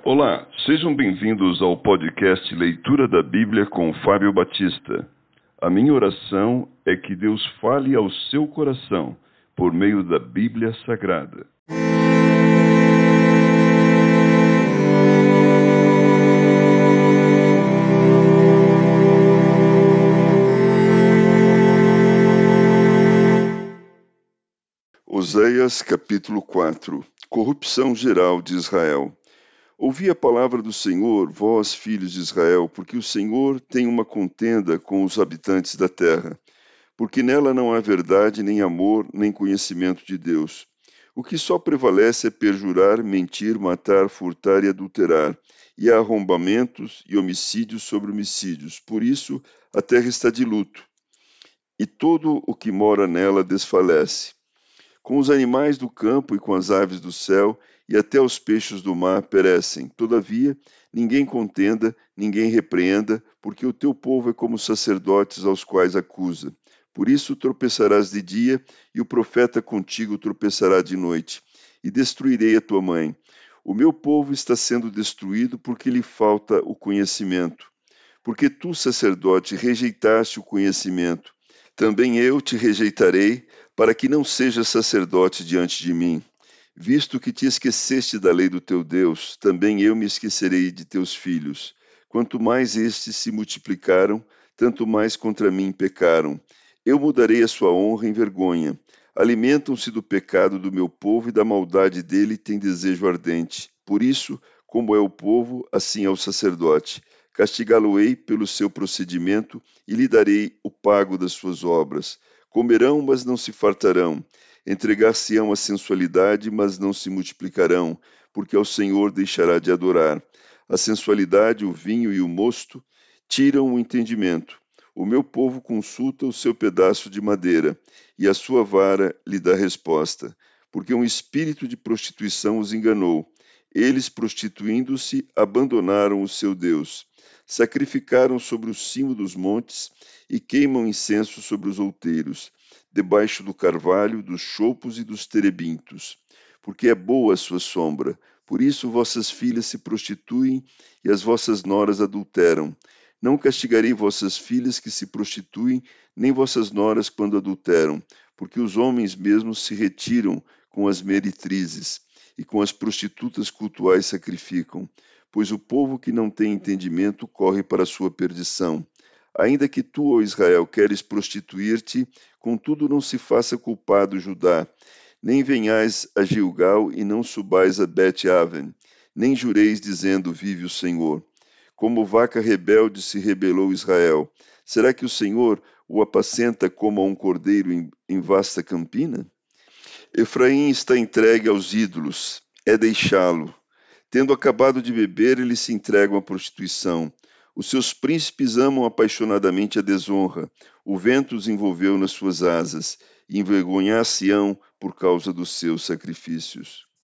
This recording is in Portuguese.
Olá, sejam bem-vindos ao podcast Leitura da Bíblia com Fábio Batista. A minha oração é que Deus fale ao seu coração por meio da Bíblia Sagrada. Oséias capítulo 4. Corrupção geral de Israel. Ouvi a palavra do Senhor, vós, filhos de Israel, porque o Senhor tem uma contenda com os habitantes da terra, porque nela não há verdade, nem amor, nem conhecimento de Deus. O que só prevalece é perjurar, mentir, matar, furtar e adulterar, e há arrombamentos e homicídios sobre homicídios. Por isso a terra está de luto, e todo o que mora nela desfalece. Com os animais do campo e com as aves do céu, e até os peixes do mar perecem. Todavia, ninguém contenda, ninguém repreenda, porque o teu povo é como sacerdotes aos quais acusa. Por isso tropeçarás de dia, e o profeta contigo tropeçará de noite, e destruirei a tua mãe. O meu povo está sendo destruído porque lhe falta o conhecimento. Porque tu, sacerdote, rejeitaste o conhecimento. Também eu te rejeitarei, para que não sejas sacerdote diante de mim. Visto que te esqueceste da lei do teu Deus, também eu me esquecerei de teus filhos. Quanto mais estes se multiplicaram, tanto mais contra mim pecaram. Eu mudarei a sua honra em vergonha. Alimentam-se do pecado do meu povo e da maldade dele têm desejo ardente. Por isso, como é o povo, assim é o sacerdote. Castigá-lo-ei pelo seu procedimento e lhe darei o pago das suas obras. Comerão, mas não se fartarão. Entregar-se-ão à sensualidade, mas não se multiplicarão, porque ao Senhor deixará de adorar. A sensualidade, o vinho e o mosto tiram o entendimento. O meu povo consulta o seu pedaço de madeira, e a sua vara lhe dá resposta, porque um espírito de prostituição os enganou. Eles, prostituindo-se, abandonaram o seu Deus. Sacrificaram sobre o cimo dos montes e queimam incenso sobre os outeiros, debaixo do carvalho, dos choupos e dos terebintos. Porque é boa a sua sombra, por isso vossas filhas se prostituem e as vossas noras adulteram. Não castigarei vossas filhas que se prostituem, nem vossas noras quando adulteram, porque os homens mesmos se retiram com as meretrizes, e com as prostitutas cultuais sacrificam, pois o povo que não tem entendimento corre para a sua perdição. Ainda que tu, ó Israel, queres prostituir-te, contudo não se faça culpado Judá, nem venhais a Gilgal e não subais a Bet-Aven, nem jureis dizendo, vive o Senhor. Como vaca rebelde se rebelou Israel. Será que o Senhor o apacenta como a um cordeiro em vasta campina? Efraim está entregue aos ídolos, é deixá-lo. Tendo acabado de beber, eles se entregam à prostituição. Os seus príncipes amam apaixonadamente a desonra. O vento os envolveu nas suas asas, e envergonhar-se-ão por causa dos seus sacrifícios.